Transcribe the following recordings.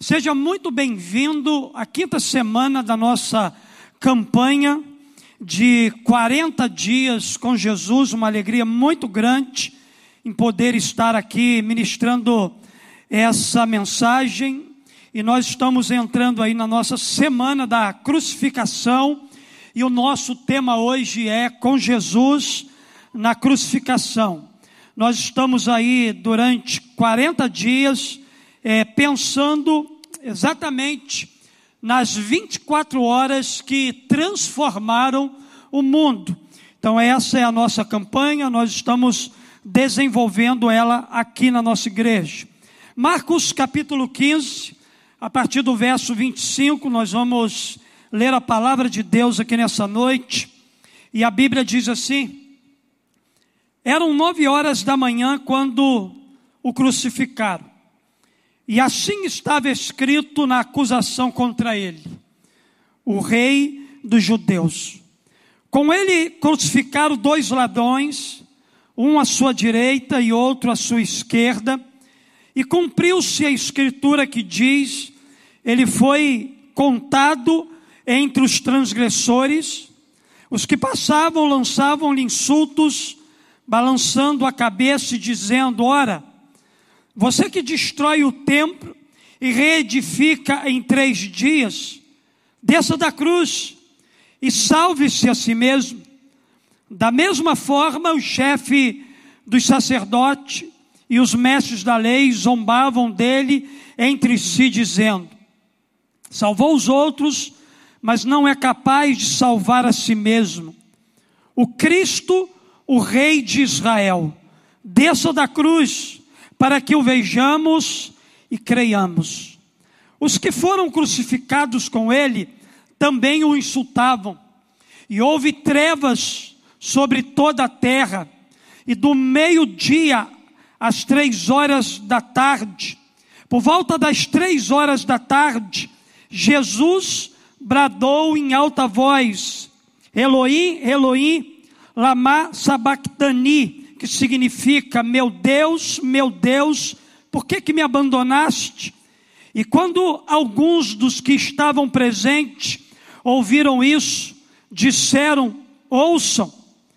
Seja muito bem-vindo à quinta semana da nossa campanha de 40 dias com Jesus. Uma alegria muito grande em poder estar aqui ministrando essa mensagem. E nós estamos entrando aí na nossa semana da crucificação. E o nosso tema hoje é com Jesus na crucificação. Nós estamos aí durante 40 dias pensando exatamente nas 24 horas que transformaram o mundo. Então essa é a nossa campanha, nós estamos desenvolvendo ela aqui na nossa igreja. Marcos capítulo 15, a partir do verso 25, nós vamos ler a palavra de Deus aqui nessa noite. E a Bíblia diz assim: eram 9 horas da manhã quando o crucificaram. E assim estava escrito na acusação contra ele: o rei dos judeus. Com ele crucificaram 2 ladrões, um à sua direita e outro à sua esquerda. E cumpriu-se a escritura que diz: ele foi contado entre os transgressores. Os que passavam lançavam-lhe insultos, balançando a cabeça e dizendo: ora, você que destrói o templo e reedifica em 3 dias, desça da cruz e salve-se a si mesmo. Da mesma forma, o chefe dos sacerdotes e os mestres da lei zombavam dele entre si, dizendo: salvou os outros, mas não é capaz de salvar a si mesmo. O Cristo, o Rei de Israel, desça da cruz para que o vejamos e creiamos. Os que foram crucificados com ele também o insultavam. E houve trevas sobre toda a terra. E do meio-dia às 3 horas da tarde, por volta das 3 horas da tarde, Jesus bradou em alta voz: Elohim, Elohim, lama sabachthani, que significa: meu Deus, por que me abandonaste? E quando alguns dos que estavam presentes ouviram isso, disseram: ouçam,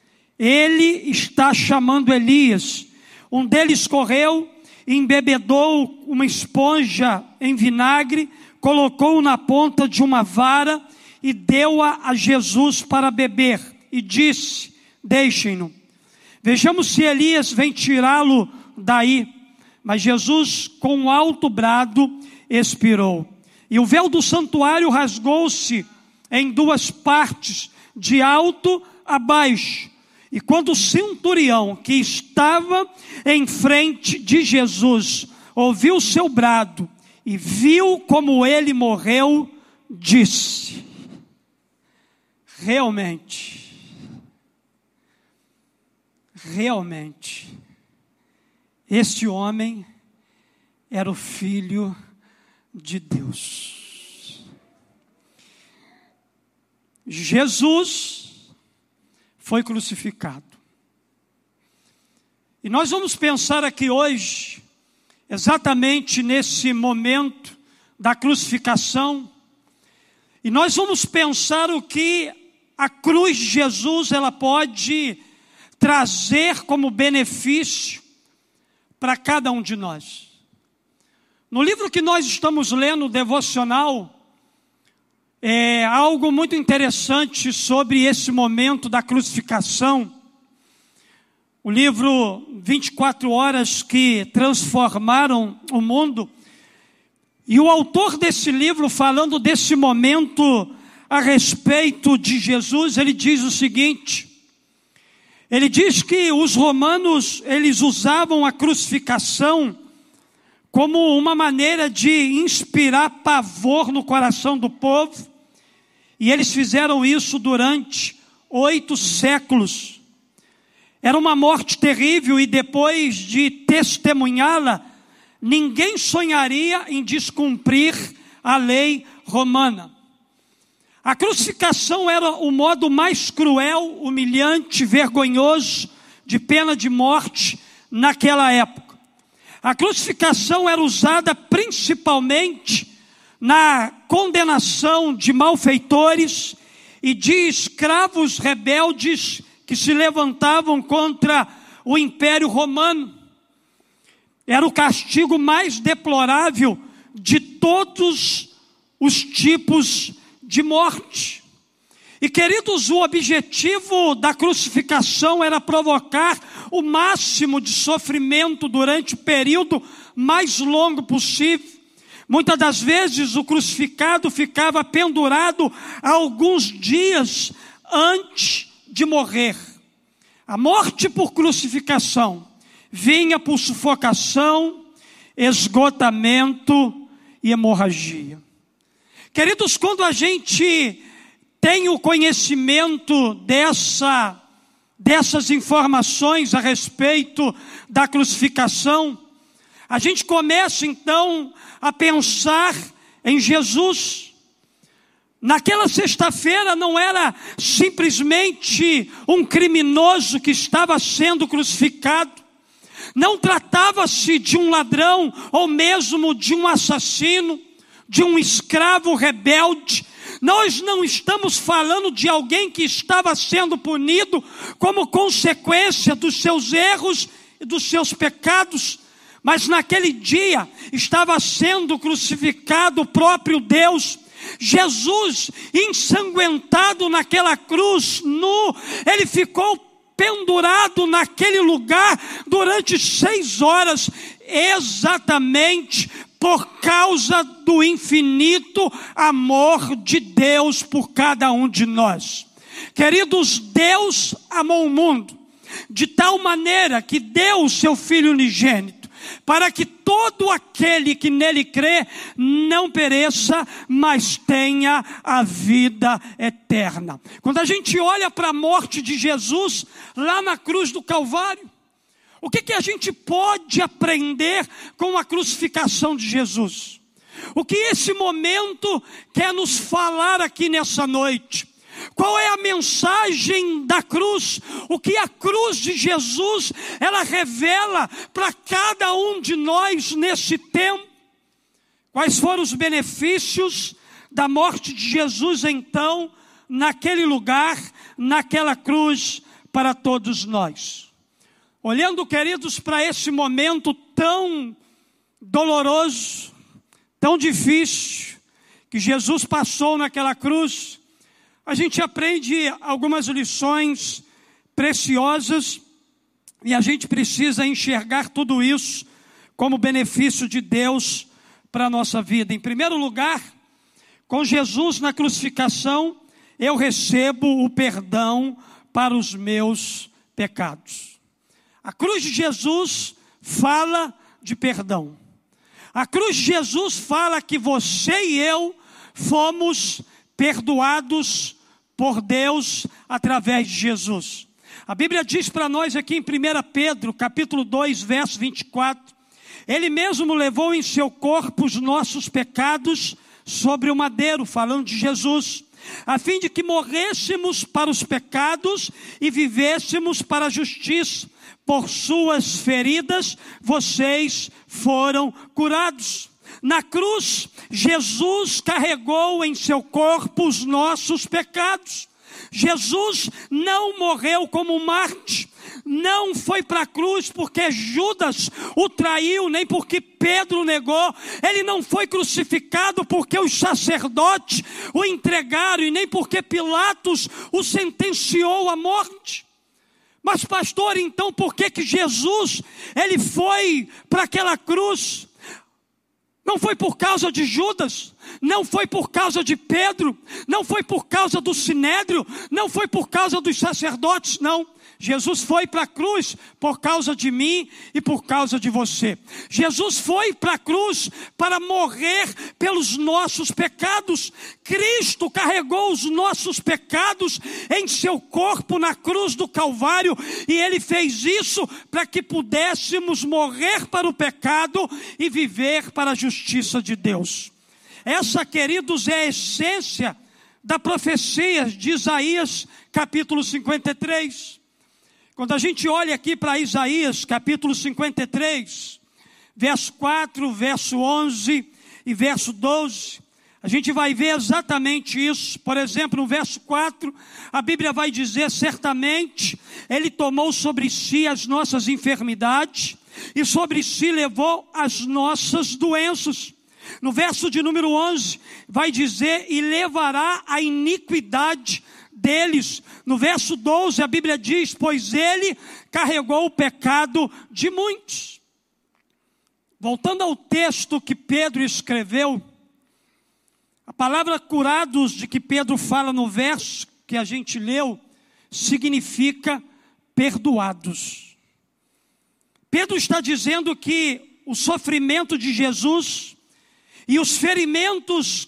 ele está chamando Elias. Um deles correu, embebedou uma esponja em vinagre, colocou-o na ponta de uma vara e deu-a a Jesus para beber. E disse: deixem-no. Vejamos se Elias vem tirá-lo daí. Mas Jesus, com um alto brado, expirou. E o véu do santuário rasgou-se em 2 partes, de alto a baixo. E quando o centurião que estava em frente de Jesus ouviu seu brado e viu como ele morreu, disse: realmente, este homem era o Filho de Deus. Jesus foi crucificado. E nós vamos pensar aqui hoje, exatamente nesse momento da crucificação, e nós vamos pensar o que a cruz de Jesus ela pode trazer como benefício para cada um de nós. No livro que nós estamos lendo, o devocional, é algo muito interessante sobre esse momento da crucificação. O livro 24 horas que transformaram o mundo. E o autor desse livro, falando desse momento a respeito de Jesus, ele diz o seguinte: ele diz que os romanos, eles usavam a crucificação como uma maneira de inspirar pavor no coração do povo. E eles fizeram isso durante 8 séculos. Era uma morte terrível e depois de testemunhá-la, ninguém sonharia em descumprir a lei romana. A crucificação era o modo mais cruel, humilhante, vergonhoso de pena de morte naquela época. A crucificação era usada principalmente na condenação de malfeitores e de escravos rebeldes que se levantavam contra o Império Romano. Era o castigo mais deplorável de todos os tipos de morte. E, queridos, o objetivo da crucificação era provocar o máximo de sofrimento durante o período mais longo possível. Muitas das vezes o crucificado ficava pendurado alguns dias antes de morrer. A morte por crucificação vinha por sufocação, esgotamento e hemorragia. Queridos, quando a gente tem o conhecimento dessas informações a respeito da crucificação, a gente começa então a pensar em Jesus. Naquela sexta-feira não era simplesmente um criminoso que estava sendo crucificado. Não tratava-se de um ladrão ou mesmo de um assassino, de um escravo rebelde. Nós não estamos falando de alguém que estava sendo punido como consequência dos seus erros e dos seus pecados. Mas naquele dia estava sendo crucificado o próprio Deus. Jesus, ensanguentado naquela cruz, nu, ele ficou pendurado naquele lugar durante 6 horas, exatamente por causa do infinito amor de Deus por cada um de nós. Queridos, Deus amou o mundo de tal maneira que deu o seu Filho unigênito, para que todo aquele que nele crê não pereça, mas tenha a vida eterna. Quando a gente olha para a morte de Jesus lá na cruz do Calvário, o que a gente pode aprender com a crucificação de Jesus? O que esse momento quer nos falar aqui nessa noite? Qual é a mensagem da cruz? O que a cruz de Jesus, ela revela para cada um de nós nesse tempo? Quais foram os benefícios da morte de Jesus então, naquele lugar, naquela cruz, para todos nós? Olhando, queridos, para esse momento tão doloroso, tão difícil, que Jesus passou naquela cruz, a gente aprende algumas lições preciosas e a gente precisa enxergar tudo isso como benefício de Deus para a nossa vida. Em primeiro lugar, com Jesus na crucificação, eu recebo o perdão para os meus pecados. A cruz de Jesus fala de perdão. A cruz de Jesus fala que você e eu fomos perdoados por Deus através de Jesus. A Bíblia diz para nós aqui em 1 Pedro, capítulo 2, verso 24, Ele mesmo levou em seu corpo os nossos pecados sobre o madeiro, falando de Jesus, a fim de que morrêssemos para os pecados e vivêssemos para a justiça. Por suas feridas, vocês foram curados. Na cruz, Jesus carregou em seu corpo os nossos pecados. Jesus não morreu como Marte, não foi para a cruz porque Judas o traiu, nem porque Pedro o negou. Ele não foi crucificado porque os sacerdotes o entregaram e nem porque Pilatos o sentenciou à morte. Mas pastor, então por que Jesus ele foi para aquela cruz? Não foi por causa de Judas, não foi por causa de Pedro, não foi por causa do Sinédrio, não foi por causa dos sacerdotes, não. Jesus foi para a cruz por causa de mim e por causa de você. Jesus foi para a cruz para morrer pelos nossos pecados. Cristo carregou os nossos pecados em seu corpo na cruz do Calvário, e Ele fez isso para que pudéssemos morrer para o pecado e viver para a justiça de Deus. Essa, queridos, é a essência da profecia de Isaías, capítulo 53. Quando a gente olha aqui para Isaías, capítulo 53, verso 4, verso 11 e verso 12, A gente vai ver exatamente isso. Por exemplo, no verso 4, a Bíblia vai dizer: certamente Ele tomou sobre si as nossas enfermidades e sobre si levou as nossas doenças. No verso de número 11, vai dizer: e levará a iniquidade deles. No verso 12, a Bíblia diz: pois Ele carregou o pecado de muitos. Voltando ao texto que Pedro escreveu, a palavra curados de que Pedro fala no verso que a gente leu, significa perdoados. Pedro está dizendo que o sofrimento de Jesus e os ferimentos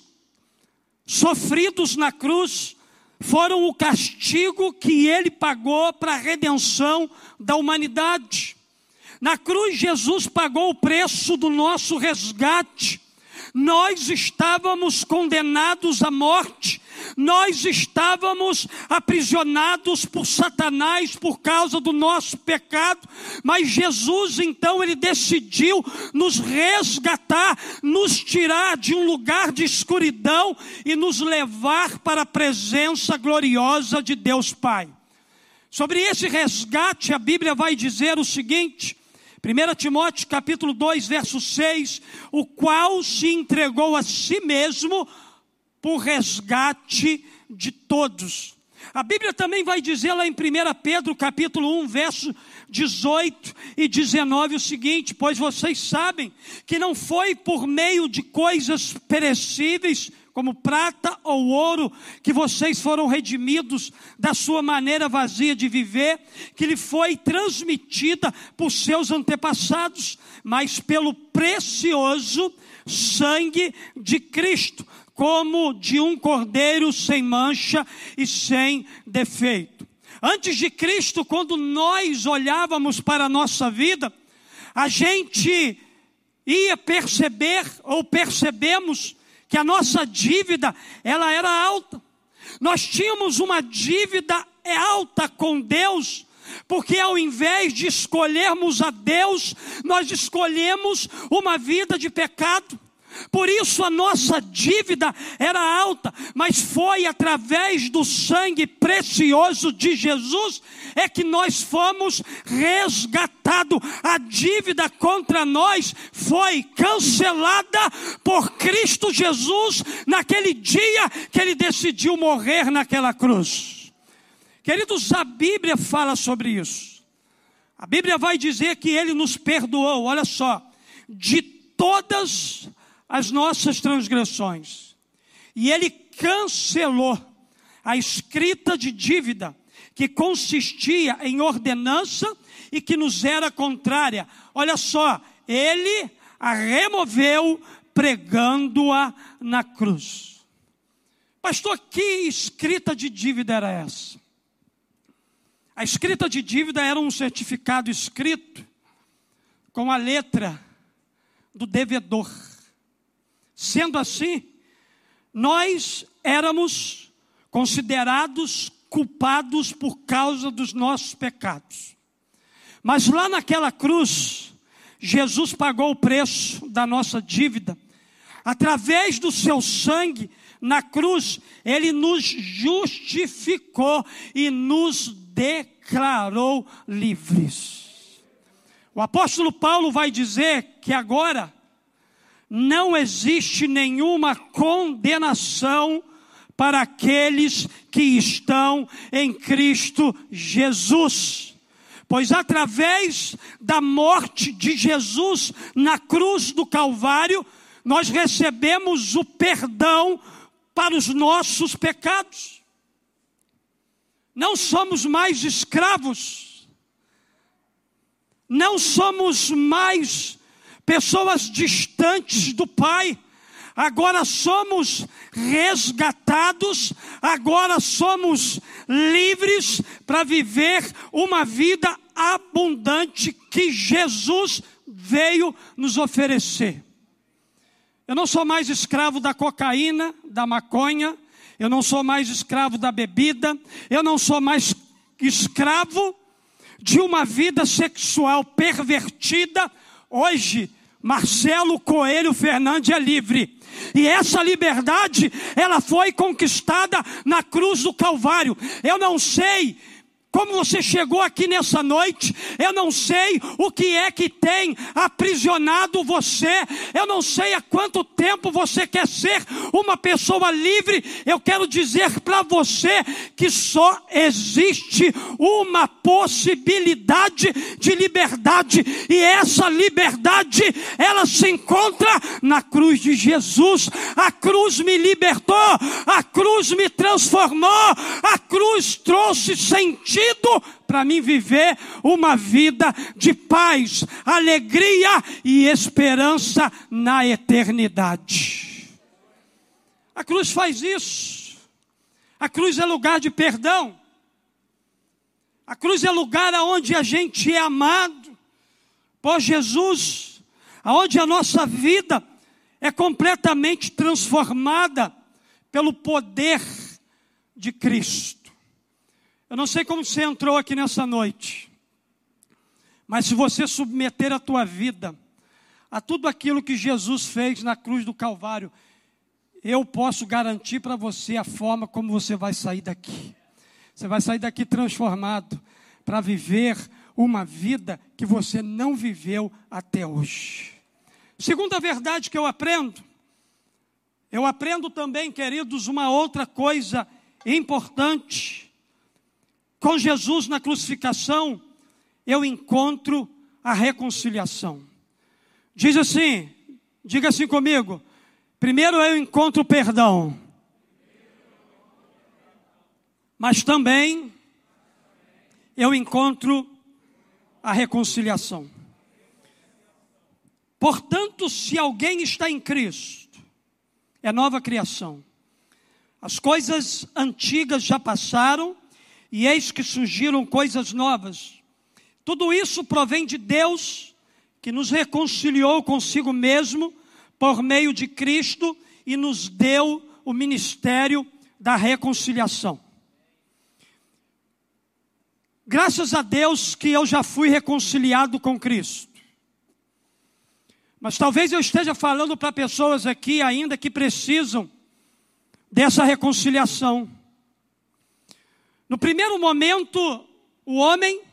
sofridos na cruz foram o castigo que ele pagou para a redenção da humanidade. Na cruz, Jesus pagou o preço do nosso resgate. Nós estávamos condenados à morte, nós estávamos aprisionados por Satanás por causa do nosso pecado, mas Jesus então Ele decidiu nos resgatar, nos tirar de um lugar de escuridão e nos levar para a presença gloriosa de Deus Pai. Sobre esse resgate, a Bíblia vai dizer o seguinte: 1 Timóteo capítulo 2, verso 6, o qual se entregou a si mesmo por resgate de todos. A Bíblia também vai dizer lá em 1 Pedro capítulo 1, verso 18 e 19 o seguinte: pois vocês sabem que não foi por meio de coisas perecíveis, como prata ou ouro, que vocês foram redimidos da sua maneira vazia de viver, que lhe foi transmitida por seus antepassados, mas pelo precioso sangue de Cristo, como de um cordeiro sem mancha e sem defeito. Antes de Cristo, quando nós olhávamos para a nossa vida, a gente ia perceber, ou percebemos, que a nossa dívida, ela era alta. Nós tínhamos uma dívida alta com Deus, porque ao invés de escolhermos a Deus, nós escolhemos uma vida de pecado. Por isso a nossa dívida era alta, mas foi através do sangue precioso de Jesus é que nós fomos resgatados. A dívida contra nós foi cancelada por Cristo Jesus naquele dia que Ele decidiu morrer naquela cruz. Queridos, a Bíblia fala sobre isso. A Bíblia vai dizer que Ele nos perdoou, olha só, de todas as nossas transgressões, e Ele cancelou a escrita de dívida que consistia em ordenança e que nos era contrária. Olha só, Ele a removeu pregando-a na cruz. Pastor, que escrita de dívida era essa? A escrita de dívida era um certificado escrito com a letra do devedor. Sendo assim, nós éramos considerados culpados por causa dos nossos pecados. Mas lá naquela cruz, Jesus pagou o preço da nossa dívida. Através do seu sangue na cruz, Ele nos justificou e nos declarou livres. O apóstolo Paulo vai dizer que agora não existe nenhuma condenação para aqueles que estão em Cristo Jesus. Pois através da morte de Jesus na cruz do Calvário, nós recebemos o perdão para os nossos pecados. Não somos mais escravos. Não somos mais pessoas distantes do Pai. Agora somos resgatados, agora somos livres para viver uma vida abundante que Jesus veio nos oferecer. Eu não sou mais escravo da cocaína, da maconha, eu não sou mais escravo da bebida, eu não sou mais escravo de uma vida sexual pervertida. Hoje, Marcelo Coelho Fernandes é livre. E essa liberdade, ela foi conquistada na cruz do Calvário. Eu não sei como você chegou aqui nessa noite, eu não sei o que é que tem aprisionado você, eu não sei há quanto tempo você quer ser uma pessoa livre. Eu quero dizer para você que só existe uma possibilidade de liberdade, e essa liberdade, ela se encontra na cruz de Jesus. A cruz me libertou, a cruz me transformou, a cruz trouxe sentido para mim viver uma vida de paz, alegria e esperança na eternidade. A cruz faz isso. A cruz é lugar de perdão. A cruz é lugar onde a gente é amado por Jesus, onde a nossa vida é completamente transformada pelo poder de Cristo. Eu não sei como você entrou aqui nessa noite, mas se você submeter a tua vida a tudo aquilo que Jesus fez na cruz do Calvário, eu posso garantir para você a forma como você vai sair daqui. Você vai sair daqui transformado para viver uma vida que você não viveu até hoje. Segunda verdade que eu aprendo também, queridos, uma outra coisa importante. Com Jesus na crucificação, eu encontro a reconciliação. Diga assim comigo: primeiro eu encontro perdão, mas também eu encontro a reconciliação. Portanto, se alguém está em Cristo, é nova criação. As coisas antigas já passaram, e eis que surgiram coisas novas. Tudo isso provém de Deus, que nos reconciliou consigo mesmo por meio de Cristo e nos deu o ministério da reconciliação. Graças a Deus que eu já fui reconciliado com Cristo. Mas talvez eu esteja falando para pessoas aqui ainda que precisam dessa reconciliação. No primeiro momento, o homem,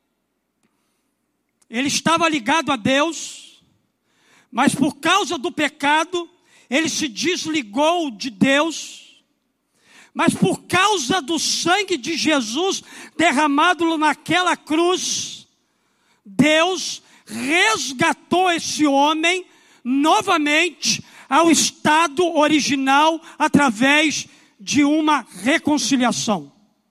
ele estava ligado a Deus, mas por causa do pecado, ele se desligou de Deus. Mas por causa do sangue de Jesus derramado naquela cruz, Deus resgatou esse homem novamente ao estado original através de uma reconciliação.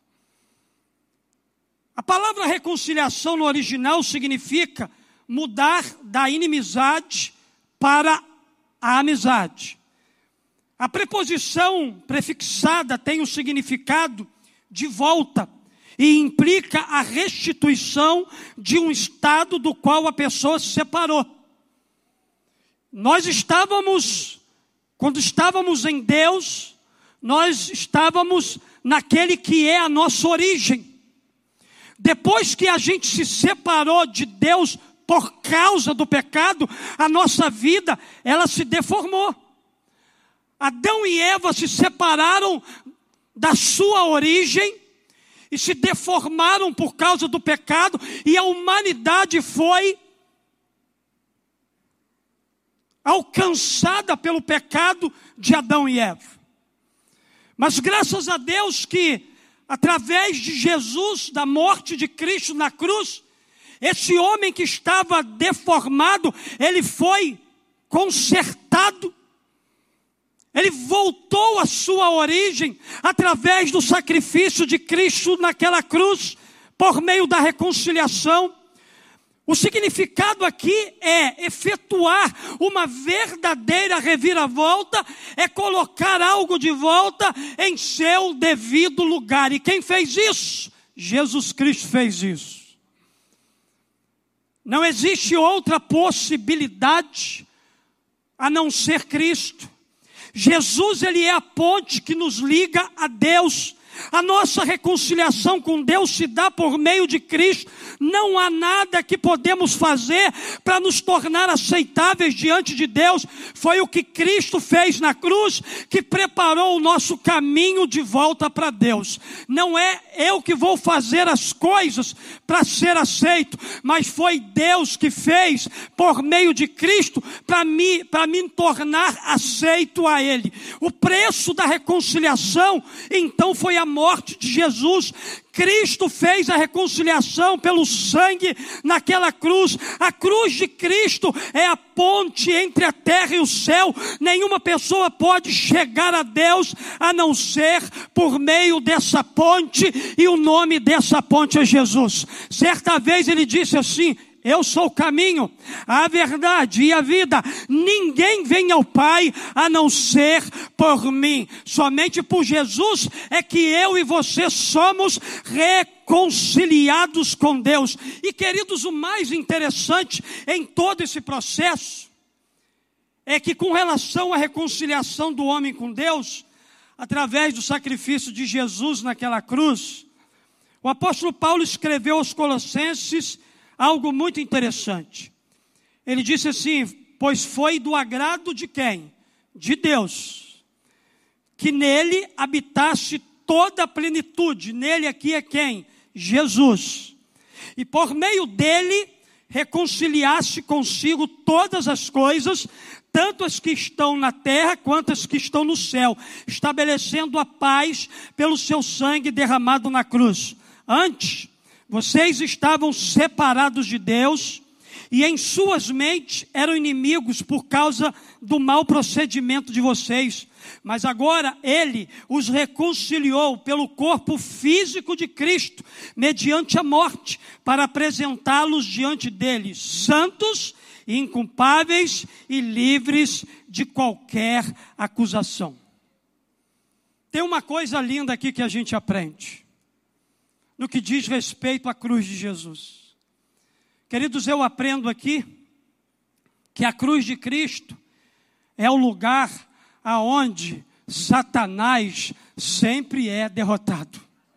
A palavra reconciliação no original significa mudar da inimizade para a amizade. A preposição prefixada tem o significado de volta e implica a restituição de um estado do qual a pessoa se separou. Quando estávamos em Deus, nós estávamos naquele que é a nossa origem. Depois que a gente se separou de Deus por causa do pecado, a nossa vida, ela se deformou. Adão e Eva se separaram da sua origem e se deformaram por causa do pecado, e a humanidade foi alcançada pelo pecado de Adão e Eva. Mas graças a Deus que através de Jesus, da morte de Cristo na cruz, esse homem que estava deformado, ele foi consertado. Ele voltou à sua origem através do sacrifício de Cristo naquela cruz, por meio da reconciliação. O significado aqui é efetuar uma verdadeira reviravolta, é colocar algo de volta em seu devido lugar. E quem fez isso? Jesus Cristo fez isso. Não existe outra possibilidade a não ser Cristo. Jesus, ele é a ponte que nos liga a Deus. A nossa reconciliação com Deus se dá por meio de Cristo. Não há nada que podemos fazer para nos tornar aceitáveis diante de Deus. Foi o que Cristo fez na cruz que preparou o nosso caminho de volta para Deus. Não é eu que vou fazer as coisas para ser aceito, mas foi Deus que fez por meio de Cristo para me tornar aceito a Ele. O preço da reconciliação, então, foi a morte de Jesus. Cristo fez a reconciliação pelo sangue naquela cruz. A cruz de Cristo é a ponte entre a terra e o céu. Nenhuma pessoa pode chegar a Deus a não ser por meio dessa ponte, e o nome dessa ponte é Jesus. Certa vez ele disse assim: eu sou o caminho, a verdade e a vida. Ninguém vem ao Pai a não ser por mim. Somente por Jesus é que eu e você somos reconciliados com Deus. E queridos, o mais interessante em todo esse processo é que, com relação à reconciliação do homem com Deus, através do sacrifício de Jesus naquela cruz, o apóstolo Paulo escreveu aos Colossenses algo muito interessante. Ele disse assim: pois foi do agrado de quem? De Deus, que nele habitasse toda a plenitude. Nele aqui é quem? Jesus. E por meio dele reconciliasse consigo todas as coisas, tanto as que estão na terra quanto as que estão no céu, estabelecendo a paz pelo seu sangue derramado na cruz. Antes, vocês estavam separados de Deus e em suas mentes eram inimigos por causa do mau procedimento de vocês. Mas agora Ele os reconciliou pelo corpo físico de Cristo, mediante a morte, para apresentá-los diante dele, santos, inculpáveis e livres de qualquer acusação. Tem uma coisa linda aqui que a gente aprende no que diz respeito à cruz de Jesus. Queridos, eu aprendo aqui que a cruz de Cristo é o lugar aonde Satanás sempre é derrotado.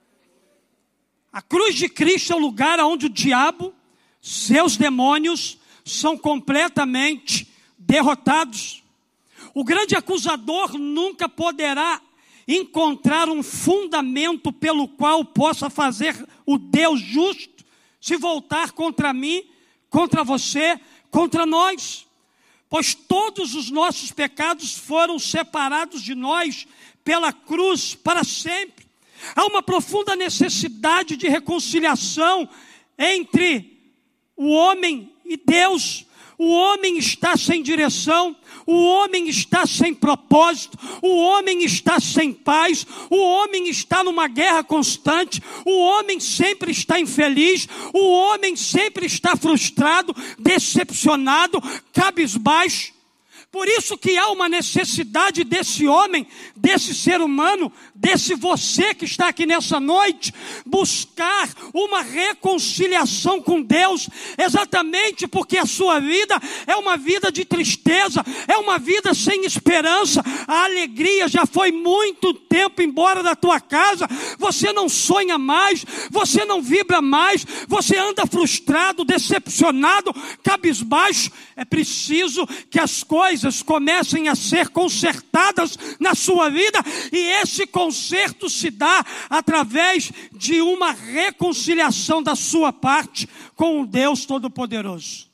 A cruz de Cristo é o lugar onde o diabo, seus demônios, são completamente derrotados. O grande acusador nunca poderá encontrar um fundamento pelo qual possa fazer o Deus justo se voltar contra mim, contra você, contra nós. Pois todos os nossos pecados foram separados de nós pela cruz para sempre. Há uma profunda necessidade de reconciliação entre o homem e Deus. O homem está sem direção, o homem está sem propósito, o homem está sem paz, o homem está numa guerra constante, o homem sempre está infeliz, o homem sempre está frustrado, decepcionado, cabisbaixo. Por isso que há uma necessidade desse homem, desse ser humano, desse você que está aqui nessa noite, buscar uma reconciliação com Deus, exatamente porque a sua vida é uma vida de tristeza, é uma vida sem esperança. A alegria já foi muito tempo embora da tua casa, você não sonha mais, você não vibra mais, você anda frustrado, decepcionado, cabisbaixo. É preciso que as coisas comecem a ser consertadas na sua vida, e esse conserto se dá através de uma reconciliação da sua parte com o Deus Todo-Poderoso.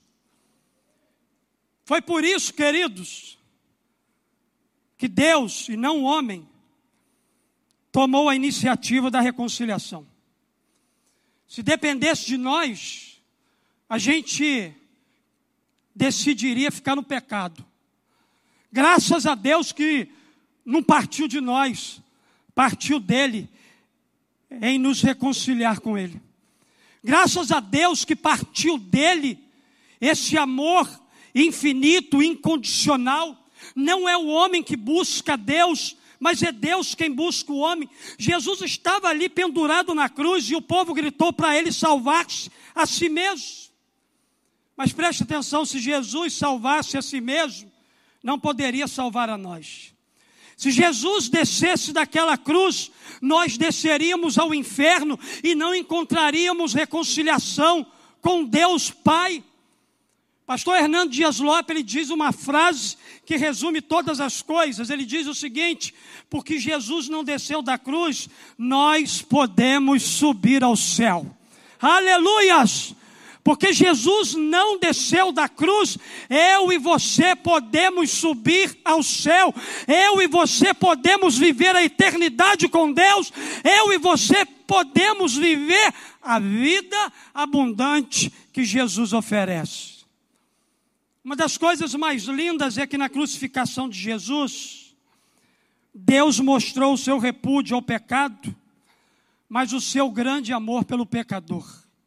Foi por isso, queridos, que Deus, e não o homem, tomou a iniciativa da reconciliação. Se dependesse de nós, a gente decidiria ficar no pecado. Graças a Deus que não partiu de nós, partiu dele em nos reconciliar com ele. Graças a Deus que partiu dele esse amor infinito, incondicional. Não é o homem que busca Deus, mas é Deus quem busca o homem. Jesus estava ali pendurado na cruz e o povo gritou para ele salvar-se a si mesmo. Mas preste atenção, se Jesus salvasse a si mesmo, não poderia salvar a nós. Se Jesus descesse daquela cruz, nós desceríamos ao inferno e não encontraríamos reconciliação com Deus Pai. Pastor Hernando Dias Lopes, ele diz uma frase que resume todas as coisas. Ele diz o seguinte: porque Jesus não desceu da cruz, nós podemos subir ao céu. Aleluias! Porque Jesus não desceu da cruz, eu e você podemos subir ao céu. Eu e você podemos viver a eternidade com Deus. Eu e você podemos viver a vida abundante que Jesus oferece. Uma das coisas mais lindas é que na crucificação de Jesus, Deus mostrou o seu repúdio ao pecado, mas o seu grande amor pelo pecador.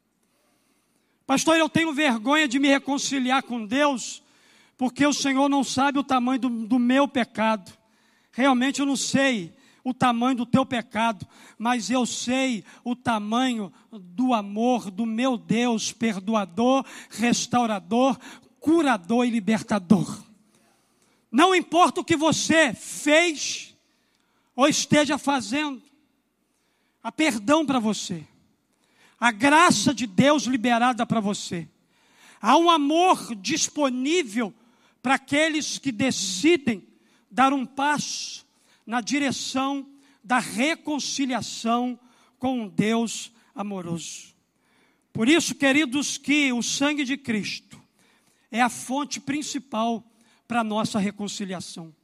Pastor, eu tenho vergonha de me reconciliar com Deus, porque o Senhor não sabe o tamanho do meu pecado. Realmente eu não sei o tamanho do teu pecado, mas eu sei o tamanho do amor do meu Deus, perdoador, restaurador, curador e libertador. Não importa o que você fez ou esteja fazendo, há perdão para você. A graça de Deus liberada para você. Há um amor disponível para aqueles que decidem dar um passo na direção da reconciliação com um Deus amoroso. Por isso, queridos, que o sangue de Cristo é a fonte principal para a nossa reconciliação.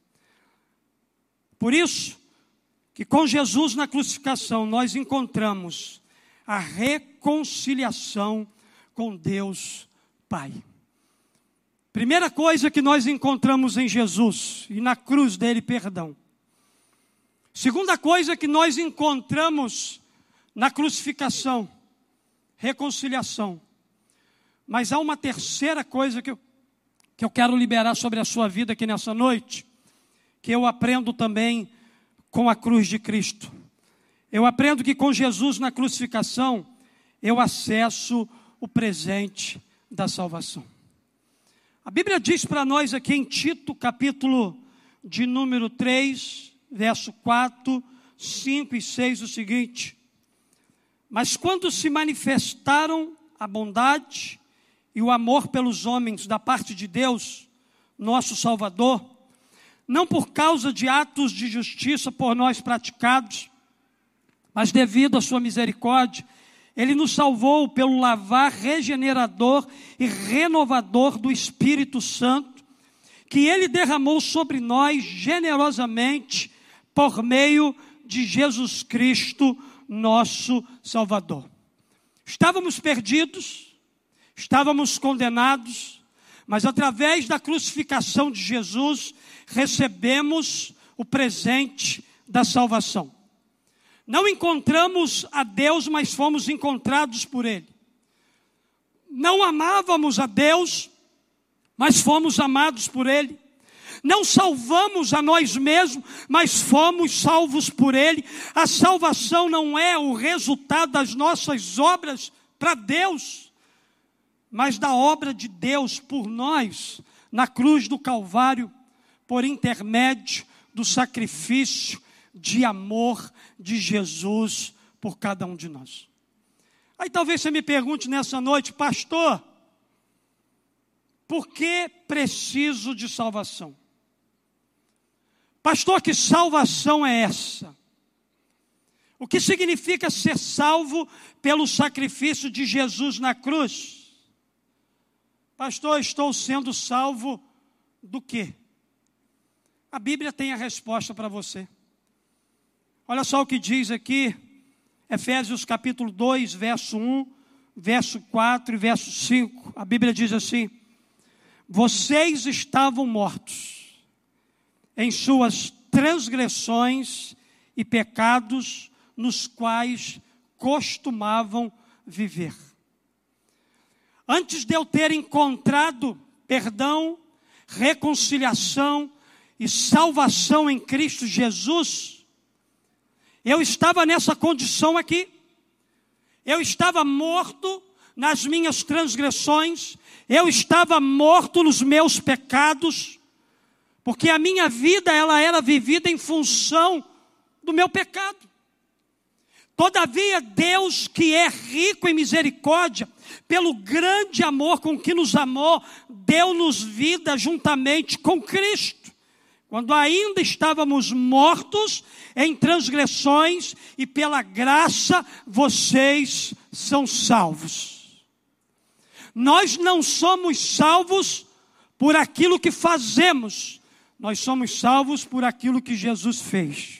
Por isso, que com Jesus na crucificação nós encontramos a reconciliação com Deus Pai. Primeira coisa que nós encontramos em Jesus e na cruz dele, perdão. Segunda coisa que nós encontramos na crucificação, reconciliação. Mas há uma terceira coisa que eu quero liberar sobre a sua vida aqui nessa noite, que eu aprendo também com a cruz de Cristo. Eu aprendo que com Jesus na crucificação, eu acesso o presente da salvação. A Bíblia diz para nós aqui em Tito, capítulo de número 3, verso 4, 5 e 6, o seguinte: mas quando se manifestaram a bondade e o amor pelos homens da parte de Deus, nosso Salvador, não por causa de atos de justiça por nós praticados, mas devido à sua misericórdia, Ele nos salvou pelo lavar regenerador e renovador do Espírito Santo, que Ele derramou sobre nós generosamente por meio de Jesus Cristo, nosso Salvador. Estávamos perdidos, estávamos condenados, mas através da crucificação de Jesus, recebemos o presente da salvação. Não encontramos a Deus, mas fomos encontrados por Ele. Não amávamos a Deus, mas fomos amados por Ele. Não salvamos a nós mesmos, mas fomos salvos por Ele. A salvação não é o resultado das nossas obras para Deus, mas da obra de Deus por nós, na cruz do Calvário, por intermédio do sacrifício de amor de Jesus por cada um de nós. Aí talvez você me pergunte nessa noite: pastor, por que preciso de salvação? Pastor, que salvação é essa? O que significa ser salvo pelo sacrifício de Jesus na cruz? Pastor, estou sendo salvo do quê? A Bíblia tem a resposta para você. Olha só o que diz aqui, Efésios capítulo 2, verso 1, verso 4 e verso 5. A Bíblia diz assim: vocês estavam mortos em suas transgressões e pecados, nos quais costumavam viver. Antes de eu ter encontrado perdão, reconciliação e salvação em Cristo Jesus, eu estava nessa condição aqui. Eu estava morto nas minhas transgressões, eu estava morto nos meus pecados, Porque a minha vida, ela era vivida em função do meu pecado. Todavia, Deus, que é rico em misericórdia, pelo grande amor com que nos amou, deu-nos vida juntamente com Cristo. Quando ainda estávamos mortos em transgressões, e pela graça vocês são salvos. Nós não somos salvos por aquilo que fazemos, nós somos salvos por aquilo que Jesus fez.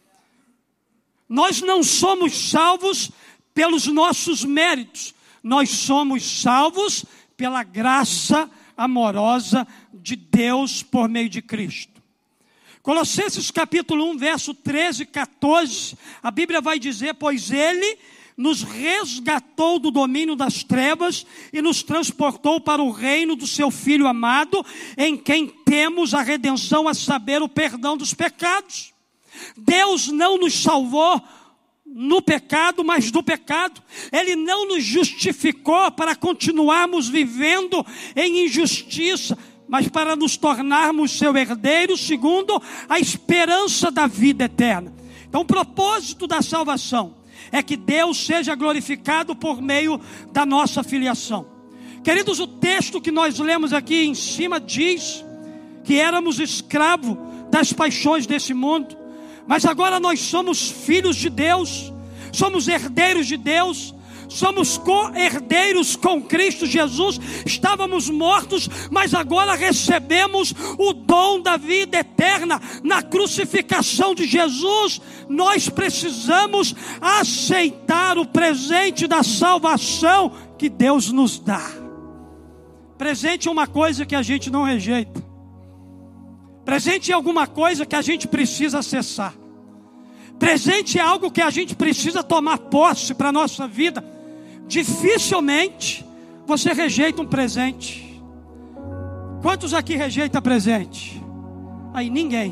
Nós não somos salvos pelos nossos méritos, nós somos salvos pela graça amorosa de Deus por meio de Cristo. Colossenses capítulo 1, verso 13 e 14, a Bíblia vai dizer: pois Ele nos resgatou do domínio das trevas e nos transportou para o reino do seu Filho amado, em quem temos a redenção, a saber, o perdão dos pecados. Deus não nos salvou no pecado, mas do pecado. Ele não nos justificou para continuarmos vivendo em injustiça, mas para nos tornarmos seu herdeiro segundo a esperança da vida eterna. Então o propósito da salvação é que Deus seja glorificado por meio da nossa filiação. Queridos, o texto que nós lemos aqui em cima diz que éramos escravos das paixões desse mundo, mas agora nós somos filhos de Deus, somos herdeiros de Deus, somos co-herdeiros com Cristo Jesus. Estávamos mortos, mas agora recebemos o dom da vida eterna. Na crucificação de Jesus, nós precisamos aceitar o presente da salvação que Deus nos dá. Presente é uma coisa que a gente não rejeita. Presente é alguma coisa que a gente precisa acessar. Presente é algo que a gente precisa tomar posse para a nossa vida. Dificilmente você rejeita um presente. Quantos aqui rejeitam presente? Aí ninguém.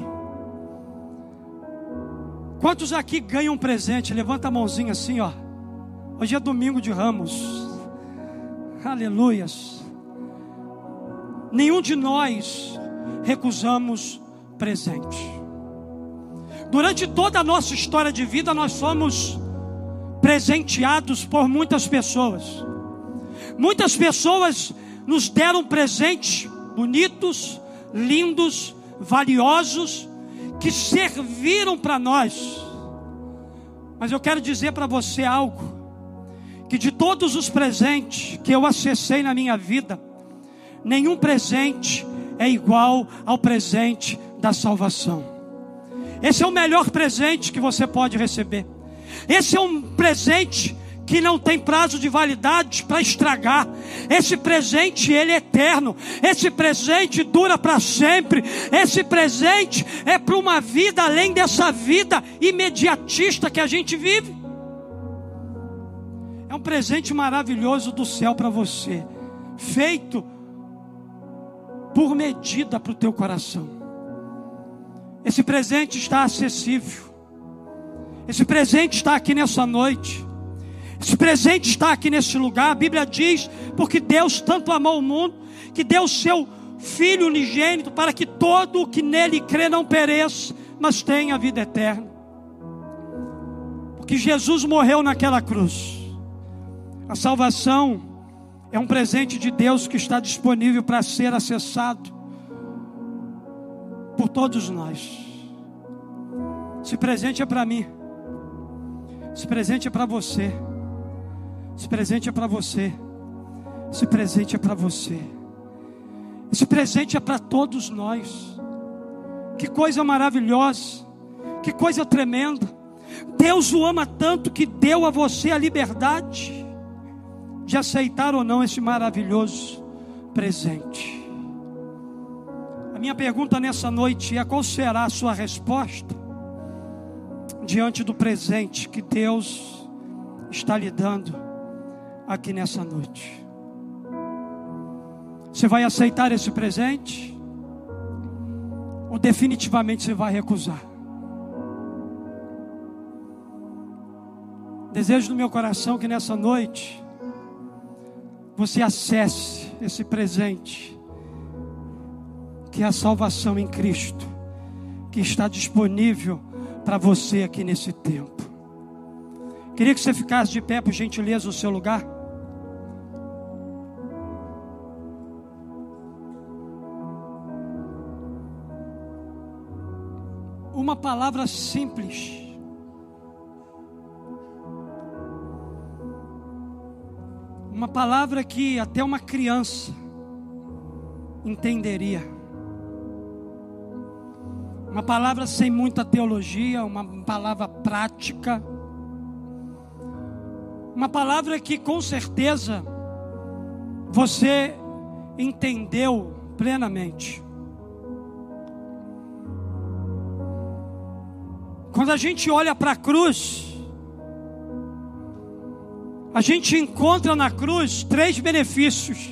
Quantos aqui ganham um presente? Levanta a mãozinha assim, ó. Hoje é domingo de Ramos. Aleluias. Nenhum de nós recusamos presente. Durante toda a nossa história de vida, nós somos presenteados por muitas pessoas. Muitas pessoas nos deram presentes bonitos, lindos, valiosos, que serviram para nós. Mas eu quero dizer para você algo, que de todos os presentes que eu acessei na minha vida, nenhum presente é igual ao presente da salvação. Esse é o melhor presente que você pode receber. Esse é um presente que não tem prazo de validade para estragar. Esse presente, ele é eterno. Esse presente dura para sempre. Esse presente é para uma vida além dessa vida imediatista que a gente vive. É um presente maravilhoso do céu para você, feito por medida para o teu coração. Esse presente está acessível. Esse presente está aqui nessa noite. Esse presente está aqui nesse lugar. A Bíblia diz: porque Deus tanto amou o mundo, que deu o seu Filho unigênito, para que todo o que nele crê não pereça, mas tenha a vida eterna. Porque Jesus morreu naquela cruz. A salvação é um presente de Deus que está disponível para ser acessado por todos nós. Esse presente é para mim. Esse presente é para você. Esse presente é para você. Esse presente é para você. Esse presente é para todos nós. Que coisa maravilhosa. Que coisa tremenda. Deus o ama tanto que deu a você a liberdade de aceitar ou não esse maravilhoso presente. A minha pergunta nessa noite é: qual será a sua resposta diante do presente que Deus está lhe dando aqui nessa noite? Você vai aceitar esse presente? Ou definitivamente você vai recusar? Desejo do meu coração que nessa noite você acesse esse presente que é a salvação em Cristo, que está disponível para você aqui nesse tempo. Queria que você ficasse de pé, por gentileza, no seu lugar. Uma palavra simples. Uma palavra que até uma criança entenderia. Uma palavra sem muita teologia, uma palavra prática. Uma palavra que com certeza você entendeu plenamente. Quando a gente olha para a cruz, a gente encontra na cruz 3 benefícios: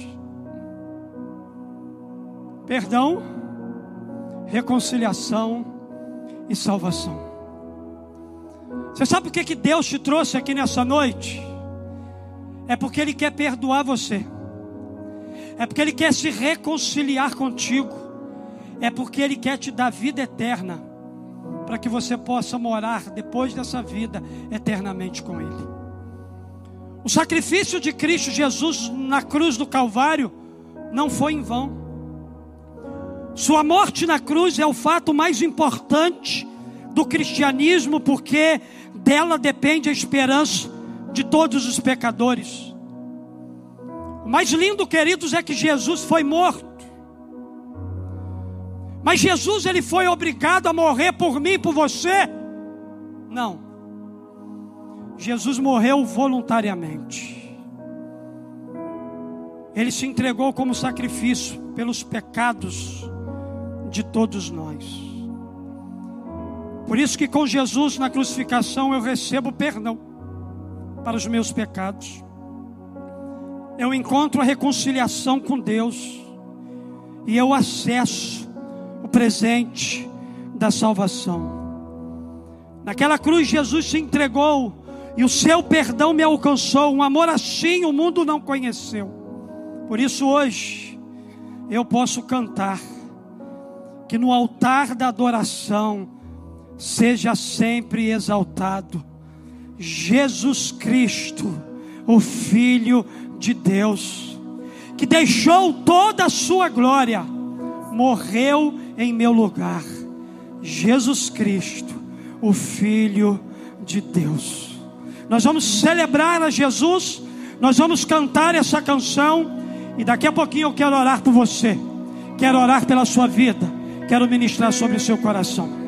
perdão, reconciliação e salvação. Você sabe por que Deus te trouxe aqui nessa noite? É porque Ele quer perdoar você. É porque Ele quer se reconciliar contigo. É porque Ele quer te dar vida eterna, para que você possa morar depois dessa vida eternamente com Ele. O sacrifício de Cristo Jesus na cruz do Calvário não foi em vão. Sua morte na cruz é o fato mais importante do cristianismo, porque dela depende a esperança de todos os pecadores. O mais lindo, queridos, é que Jesus foi morto. Mas Jesus, Ele foi obrigado a morrer por mim e por você? Não. Jesus morreu voluntariamente. Ele se entregou como sacrifício pelos pecados de todos nós. Por isso que com Jesus na crucificação eu recebo perdão para os meus pecados. Eu encontro a reconciliação com Deus e eu acesso o presente da salvação. Naquela cruz Jesus se entregou e o seu perdão me alcançou. Um amor assim o mundo não conheceu. Por isso hoje eu posso cantar que no altar da adoração seja sempre exaltado Jesus Cristo, o Filho de Deus, que deixou toda a sua glória, morreu em meu lugar. Jesus Cristo, o Filho de Deus. Nós vamos celebrar a Jesus, nós vamos cantar essa canção, e daqui a pouquinho eu quero orar por você, quero orar pela sua vida, quero ministrar sobre o seu coração.